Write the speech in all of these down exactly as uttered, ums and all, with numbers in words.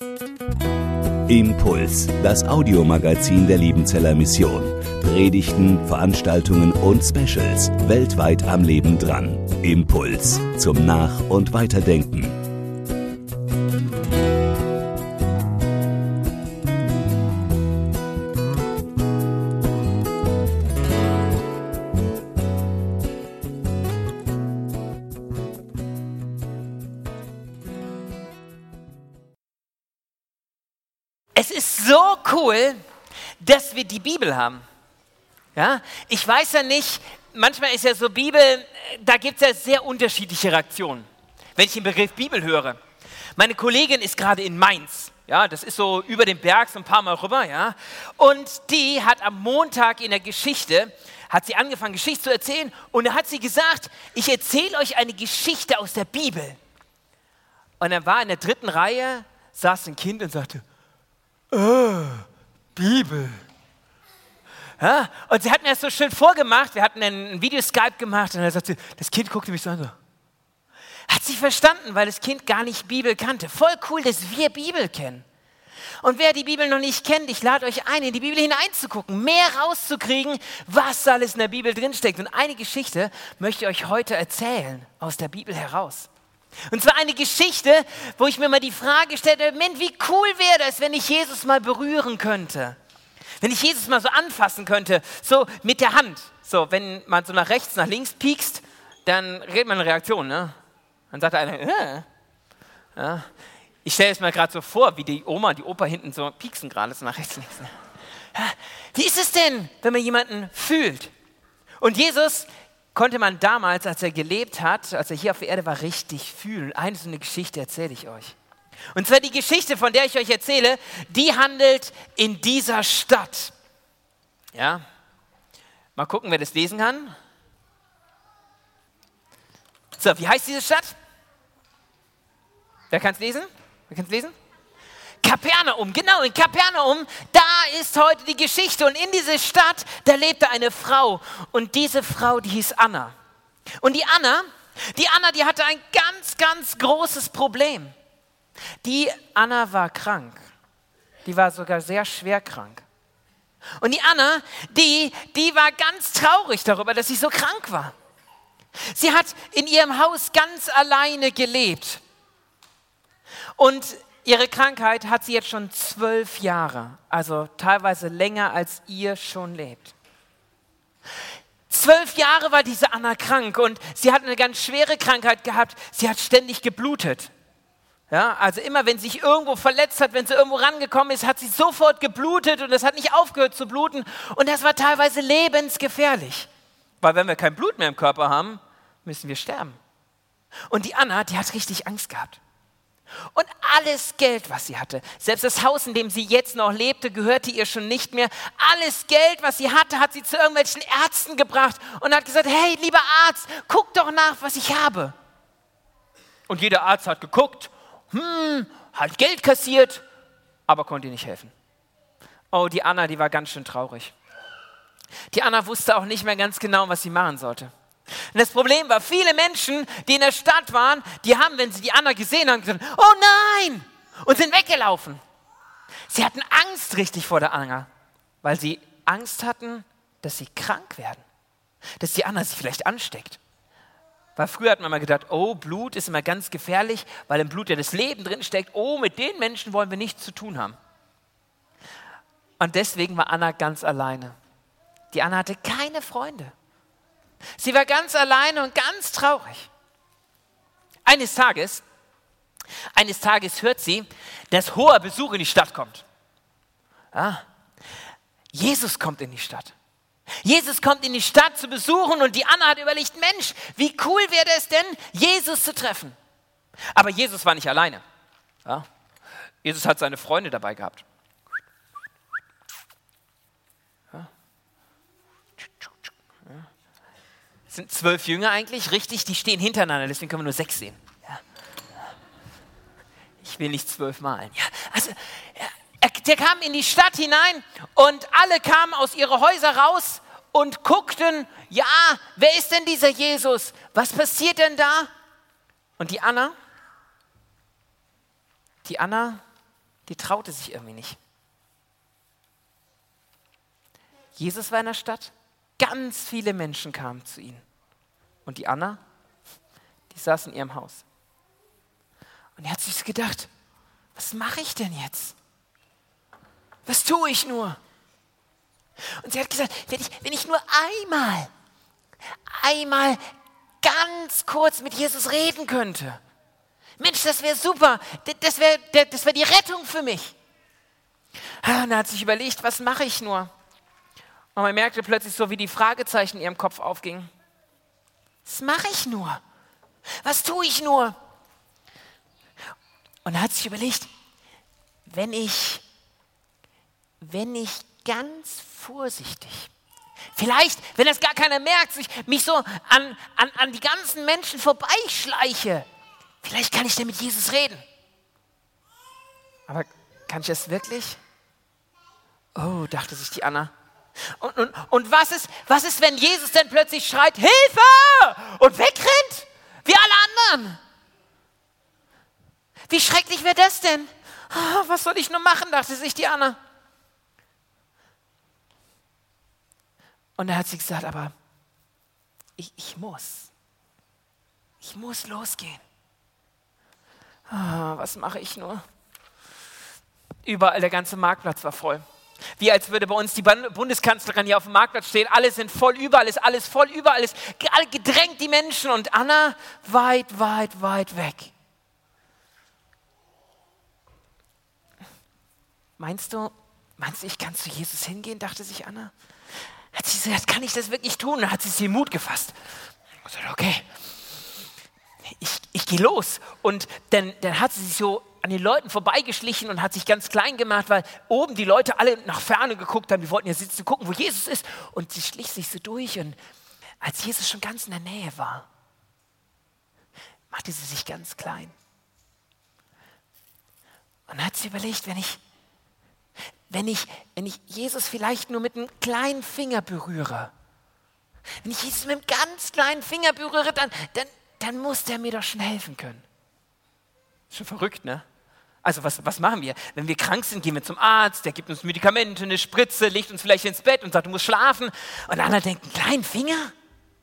Impuls, das Audiomagazin der Liebenzeller Mission. Predigten, Veranstaltungen und Specials weltweit am Leben dran. Impuls zum Nach- und Weiterdenken. Es ist so cool, dass wir die Bibel haben. Ja? Ich weiß ja nicht, manchmal ist ja so Bibel, da gibt es ja sehr unterschiedliche Reaktionen, wenn ich den Begriff Bibel höre. Meine Kollegin ist gerade in Mainz, ja, das ist so über den Berg, so ein paar Mal rüber, ja, und die hat am Montag in der Geschichte, hat sie angefangen, Geschichte zu erzählen, und da hat sie gesagt, ich erzähle euch eine Geschichte aus der Bibel. Und dann war in der dritten Reihe, saß ein Kind und sagte, Oh, Bibel. Ja, und sie hat mir das so schön vorgemacht. Wir hatten ein Video-Skype gemacht und dann sagte sie, das Kind guckte mich so an. So. Hat sie verstanden, weil das Kind gar nicht Bibel kannte. Voll cool, dass wir Bibel kennen. Und wer die Bibel noch nicht kennt, ich lade euch ein, in die Bibel hineinzugucken, mehr rauszukriegen, was alles in der Bibel drinsteckt. Und eine Geschichte möchte ich euch heute erzählen, aus der Bibel heraus. Und zwar eine Geschichte, wo ich mir mal die Frage stellte, Mensch, wie cool wäre das, wenn ich Jesus mal berühren könnte? Wenn ich Jesus mal so anfassen könnte, so mit der Hand. So, wenn man so nach rechts, nach links piekst, dann redet man eine Reaktion, ne? Dann sagt einer, äh. Ja. Ich stelle es mir gerade so vor, wie die Oma, die Opa hinten so pieksen gerade so nach rechts, links. Ja. Wie ist es denn, wenn man jemanden fühlt? Und Jesus konnte man damals, als er gelebt hat, als er hier auf der Erde war, richtig fühlen. Eine so eine Geschichte erzähle ich euch. Und zwar die Geschichte, von der ich euch erzähle, die handelt in dieser Stadt. Ja, mal gucken, wer das lesen kann. So, wie heißt diese Stadt? Wer kann es lesen? Wer kann es lesen? Kapernaum, genau, in Kapernaum, da ist heute die Geschichte. Und in dieser Stadt, da lebte eine Frau. Und diese Frau, die hieß Anna. Und die Anna, die Anna, die hatte ein ganz, ganz großes Problem. Die Anna war krank. Die war sogar sehr schwer krank. Und die Anna, die, die war ganz traurig darüber, dass sie so krank war. Sie hat in ihrem Haus ganz alleine gelebt. Und ihre Krankheit hat sie jetzt schon zwölf Jahre, also teilweise länger als ihr schon lebt. Zwölf Jahre war diese Anna krank und sie hat eine ganz schwere Krankheit gehabt. Sie hat ständig geblutet. Ja, also immer, wenn sie sich irgendwo verletzt hat, wenn sie irgendwo rangekommen ist, hat sie sofort geblutet und es hat nicht aufgehört zu bluten. Und das war teilweise lebensgefährlich. Weil wenn wir kein Blut mehr im Körper haben, müssen wir sterben. Und die Anna, die hat richtig Angst gehabt. Und alles Geld, was sie hatte, selbst das Haus, in dem sie jetzt noch lebte, gehörte ihr schon nicht mehr. Alles Geld, was sie hatte, hat sie zu irgendwelchen Ärzten gebracht und hat gesagt, hey, lieber Arzt, guck doch nach, was ich habe. Und jeder Arzt hat geguckt, hm, hat Geld kassiert, aber konnte ihr nicht helfen. Oh, die Anna, die war ganz schön traurig. Die Anna wusste auch nicht mehr ganz genau, was sie machen sollte. Und das Problem war, viele Menschen, die in der Stadt waren, die haben, wenn sie die Anna gesehen haben, gesagt, oh nein, und sind weggelaufen. Sie hatten Angst richtig vor der Anna, weil sie Angst hatten, dass sie krank werden, dass die Anna sich vielleicht ansteckt. Weil früher hat man mal gedacht, oh, Blut ist immer ganz gefährlich, weil im Blut ja das Leben drin steckt. Oh, mit den Menschen wollen wir nichts zu tun haben. Und deswegen war Anna ganz alleine. Die Anna hatte keine Freunde. Sie war ganz alleine und ganz traurig. Eines Tages, eines Tages hört sie, dass hoher Besuch in die Stadt kommt. Ja, Jesus kommt in die Stadt. Jesus kommt in die Stadt zu besuchen und die Anna hat überlegt, Mensch, wie cool wäre es denn, Jesus zu treffen. Aber Jesus war nicht alleine. Ja, Jesus hat seine Freunde dabei gehabt. Ja. Es sind zwölf Jünger eigentlich, richtig, die stehen hintereinander, deswegen können wir nur sechs sehen. Ja. Ich will nicht zwölf malen. Ja, also, er, der kam in die Stadt hinein und alle kamen aus ihren Häusern raus und guckten, ja, wer ist denn dieser Jesus? Was passiert denn da? Und die Anna, die Anna, die traute sich irgendwie nicht. Jesus war in der Stadt, ganz viele Menschen kamen zu ihm. Und die Anna, die saß in ihrem Haus. Und er hat sich gedacht, was mache ich denn jetzt? Was tue ich nur? Und sie hat gesagt, wenn ich, wenn ich nur einmal, einmal ganz kurz mit Jesus reden könnte. Mensch, das wäre super, das wäre das wär die Rettung für mich. Und er hat sich überlegt, was mache ich nur? Und man merkte plötzlich so, wie die Fragezeichen in ihrem Kopf aufgingen. Was mache ich nur? Was tue ich nur? Und er hat sich überlegt, wenn ich, wenn ich ganz vorsichtig, vielleicht, wenn das gar keiner merkt, ich mich so an, an, an die ganzen Menschen vorbeischleiche, vielleicht kann ich dann mit Jesus reden. Aber kann ich das wirklich? Oh, dachte sich die Anna. Und, und, und was ist, was ist, wenn Jesus dann plötzlich schreit, Hilfe! Und wegrennt, wie alle anderen? Wie schrecklich wäre das denn? Oh, was soll ich nur machen, dachte sich die Anna. Und da hat sie gesagt, aber ich, ich muss. Ich muss losgehen. Oh, was mache ich nur? Überall der ganze Marktplatz war voll. Wie als würde bei uns die Bundeskanzlerin hier auf dem Marktplatz stehen. Alle sind voll, überall ist alles voll, überall ist alle gedrängt, die Menschen. Und Anna weit, weit, weit weg. Meinst du, meinst du, ich kann zu Jesus hingehen, dachte sich Anna. Hat sie gesagt, kann ich das wirklich tun? Dann hat sie sich den Mut gefasst. Und gesagt, okay, ich, ich gehe los. Und dann, dann hat sie sich so an den Leuten vorbeigeschlichen und hat sich ganz klein gemacht, weil oben die Leute alle nach Ferne geguckt haben. Die wollten ja sitzen, gucken, wo Jesus ist. Und sie schlich sich so durch. Und als Jesus schon ganz in der Nähe war, machte sie sich ganz klein. Und dann hat sie überlegt, wenn ich, wenn ich, wenn ich Jesus vielleicht nur mit einem kleinen Finger berühre, wenn ich Jesus mit einem ganz kleinen Finger berühre, dann, dann, dann muss der mir doch schon helfen können. Schon verrückt, ne? Also was, was machen wir? Wenn wir krank sind, gehen wir zum Arzt, der gibt uns Medikamente, eine Spritze, legt uns vielleicht ins Bett und sagt, du musst schlafen. Und Anna denkt, einen kleinen Finger?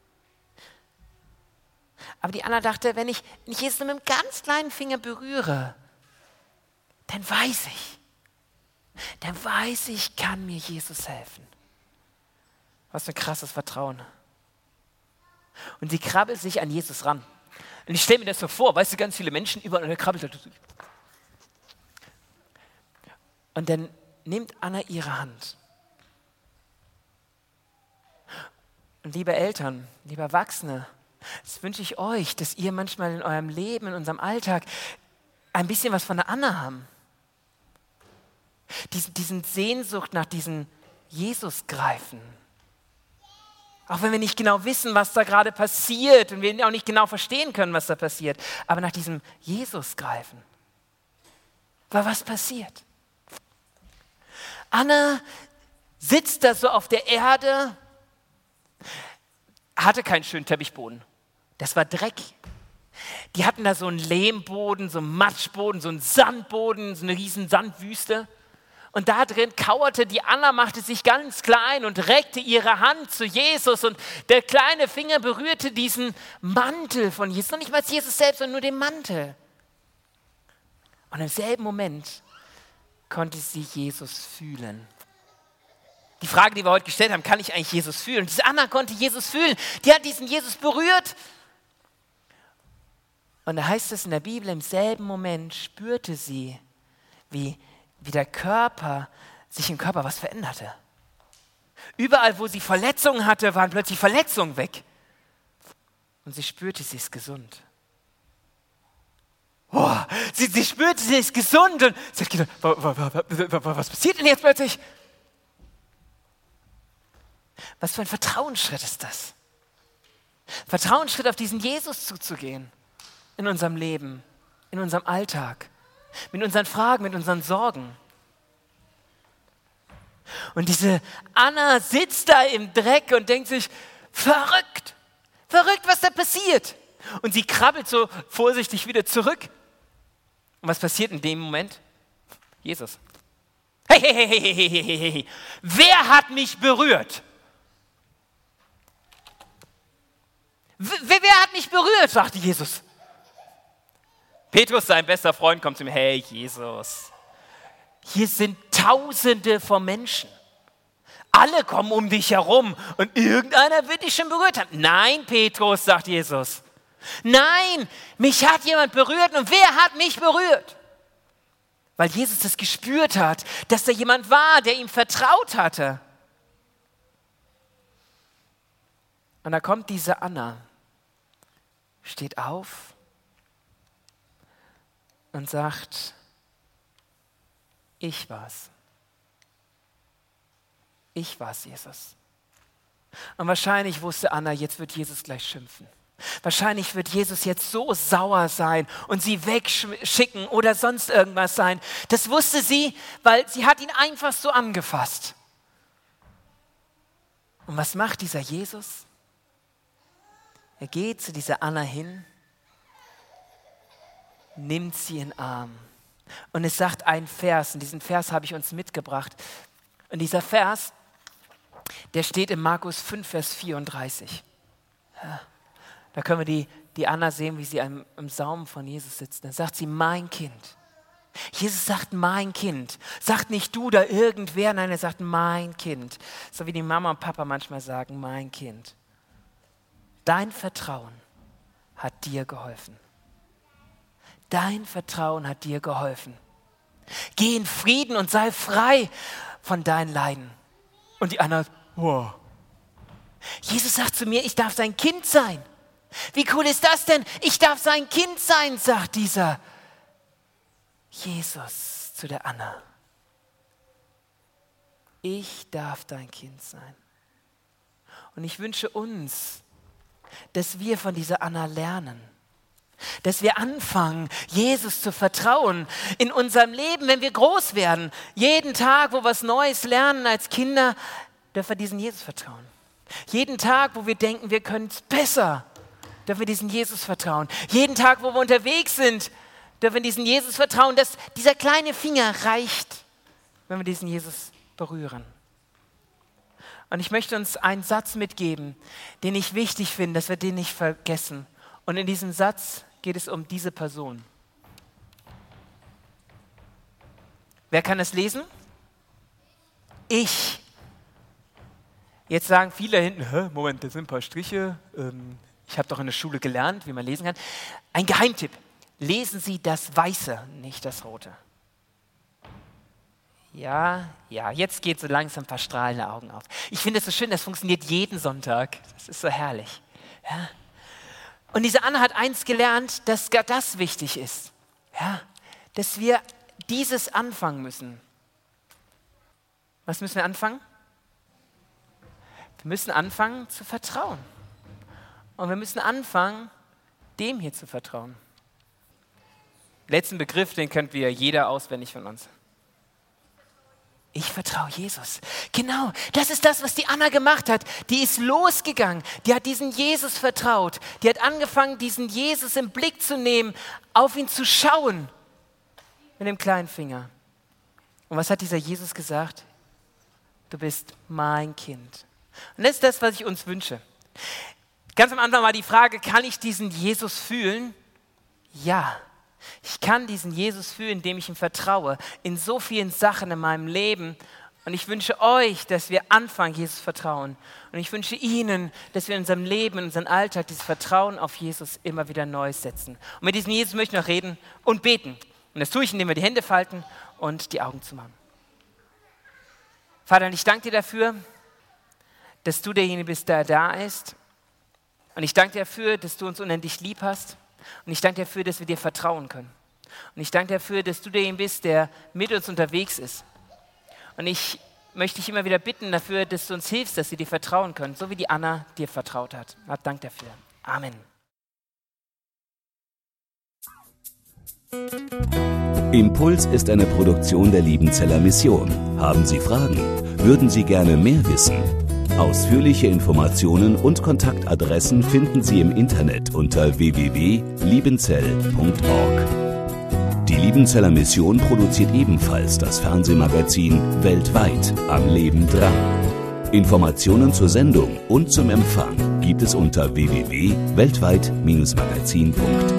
Aber die Anna dachte, wenn ich, wenn ich Jesus mit einem ganz kleinen Finger berühre, dann weiß ich, dann weiß ich, kann mir Jesus helfen. Was für ein krasses Vertrauen. Und sie krabbelt sich an Jesus ran. Und ich stelle mir das so vor, weißt du, ganz viele Menschen überall und er krabbelt halt so. Und dann nimmt Anna ihre Hand. Und liebe Eltern, liebe Erwachsene, das wünsche ich euch, dass ihr manchmal in eurem Leben, in unserem Alltag ein bisschen was von der Anna haben. Diesen, diesen Sehnsucht nach diesem Jesus greifen. Auch wenn wir nicht genau wissen, was da gerade passiert und wir auch nicht genau verstehen können, was da passiert. Aber nach diesem Jesus greifen. Weil was passiert? Anna sitzt da so auf der Erde, hatte keinen schönen Teppichboden. Das war Dreck. Die hatten da so einen Lehmboden, so einen Matschboden, so einen Sandboden, so eine riesen Sandwüste. Und da drin kauerte die Anna, machte sich ganz klein und reckte ihre Hand zu Jesus. Und der kleine Finger berührte diesen Mantel von Jesus. Noch nicht mal Jesus selbst, sondern nur den Mantel. Und im selben Moment konnte sie Jesus fühlen. Die Frage, die wir heute gestellt haben, kann ich eigentlich Jesus fühlen? Und diese Anna konnte Jesus fühlen. Die hat diesen Jesus berührt. Und da heißt es in der Bibel, im selben Moment spürte sie, wie, wie der Körper, sich im Körper was veränderte. Überall, wo sie Verletzungen hatte, waren plötzlich Verletzungen weg. Und sie spürte, sie ist gesund. Oh, sie, sie spürte, sie ist gesund. Und sie hat gedacht, was passiert denn jetzt plötzlich? Was für ein Vertrauensschritt ist das? Vertrauensschritt, auf diesen Jesus zuzugehen. In unserem Leben, in unserem Alltag, mit unseren Fragen, mit unseren Sorgen. Und diese Anna sitzt da im Dreck und denkt sich, verrückt, verrückt, was da passiert. Und sie krabbelt so vorsichtig wieder zurück. Und was passiert in dem Moment? Jesus. Hey, hey, hey, hey, hey, hey, hey, hey. Wer hat mich berührt? Wer, wer hat mich berührt, sagte Jesus. Petrus, sein bester Freund, kommt zu mir, hey Jesus, hier sind Tausende von Menschen. Alle kommen um dich herum und irgendeiner wird dich schon berührt haben. Nein, Petrus, sagt Jesus. Nein, mich hat jemand berührt und wer hat mich berührt? Weil Jesus das gespürt hat, dass da jemand war, der ihm vertraut hatte. Und da kommt diese Anna, steht auf und sagt, ich war's. Ich war's, Jesus. Und wahrscheinlich wusste Anna, jetzt wird Jesus gleich schimpfen. Wahrscheinlich wird Jesus jetzt so sauer sein und sie wegschicken oder sonst irgendwas sein. Das wusste sie, weil sie hat ihn einfach so angefasst. Und was macht dieser Jesus? Er geht zu dieser Anna hin, nimmt sie in den Arm. Und es sagt ein Vers, und diesen Vers habe ich uns mitgebracht. Und dieser Vers, der steht in Markus fünf, Vers vierunddreißig. Ja, da können wir die, die Anna sehen, wie sie am, im Saum von Jesus sitzt. Dann sagt sie, mein Kind. Jesus sagt, mein Kind. Sagt nicht du oder irgendwer, nein, er sagt, mein Kind. So wie die Mama und Papa manchmal sagen, mein Kind. Dein Vertrauen hat dir geholfen. Dein Vertrauen hat dir geholfen. Geh in Frieden und sei frei von deinen Leiden. Und die Anna, wow. Jesus sagt zu mir, ich darf sein Kind sein. Wie cool ist das denn? Ich darf sein Kind sein, sagt dieser Jesus zu der Anna. Ich darf dein Kind sein. Und ich wünsche uns, dass wir von dieser Anna lernen. Dass wir anfangen, Jesus zu vertrauen in unserem Leben, wenn wir groß werden. Jeden Tag, wo wir was Neues lernen als Kinder, dürfen wir diesen Jesus vertrauen. Jeden Tag, wo wir denken, wir können es besser, dürfen wir diesen Jesus vertrauen. Jeden Tag, wo wir unterwegs sind, dürfen wir diesen Jesus vertrauen, dass dieser kleine Finger reicht, wenn wir diesen Jesus berühren. Und ich möchte uns einen Satz mitgeben, den ich wichtig finde, dass wir den nicht vergessen. Und in diesem Satz geht es um diese Person. Wer kann es lesen? Ich. Jetzt sagen viele hinten, hä, Moment, das sind ein paar Striche. Ähm, ich habe doch in der Schule gelernt, wie man lesen kann. Ein Geheimtipp. Lesen Sie das Weiße, nicht das Rote. Ja, ja, jetzt geht so langsam ein paar strahlende Augen auf. Ich finde es so schön, das funktioniert jeden Sonntag. Das ist so herrlich. Ja. Und diese Anna hat eins gelernt, dass das wichtig ist. Ja, dass wir dieses anfangen müssen. Was müssen wir anfangen? Wir müssen anfangen zu vertrauen. Und wir müssen anfangen, dem hier zu vertrauen. Letzten Begriff, den kennt wir jeder auswendig von uns. Ich vertraue Jesus. Genau, das ist das, was die Anna gemacht hat. Die ist losgegangen, die hat diesen Jesus vertraut. Die hat angefangen, diesen Jesus im Blick zu nehmen, auf ihn zu schauen mit dem kleinen Finger. Und was hat dieser Jesus gesagt? Du bist mein Kind. Und das ist das, was ich uns wünsche. Ganz am Anfang war die Frage, kann ich diesen Jesus fühlen? Ja. Ich kann diesen Jesus fühlen, indem ich ihm vertraue, in so vielen Sachen in meinem Leben. Und ich wünsche euch, dass wir anfangen, Jesus vertrauen. Und ich wünsche Ihnen, dass wir in unserem Leben, in unserem Alltag dieses Vertrauen auf Jesus immer wieder neu setzen. Und mit diesem Jesus möchte ich noch reden und beten. Und das tue ich, indem wir die Hände falten und die Augen zumachen. Vater, ich danke dir dafür, dass du derjenige bist, der da ist. Und ich danke dir dafür, dass du uns unendlich lieb hast. Und ich danke dir dafür, dass wir dir vertrauen können. Und ich danke dir dafür, dass du derjenige bist, der mit uns unterwegs ist. Und ich möchte dich immer wieder bitten dafür, dass du uns hilfst, dass wir dir vertrauen können, so wie die Anna dir vertraut hat. Hab Dank dafür. Amen. Impuls ist eine Produktion der Liebenzeller Mission. Haben Sie Fragen? Würden Sie gerne mehr wissen? Ausführliche Informationen und Kontaktadressen finden Sie im Internet unter w w w punkt liebenzell punkt org. Die Die Liebenzeller Mission produziert ebenfalls das Fernsehmagazin Weltweit am Leben dran. Informationen zur Sendung und zum Empfang gibt es unter w w w punkt weltweit Bindestrich magazin punkt de.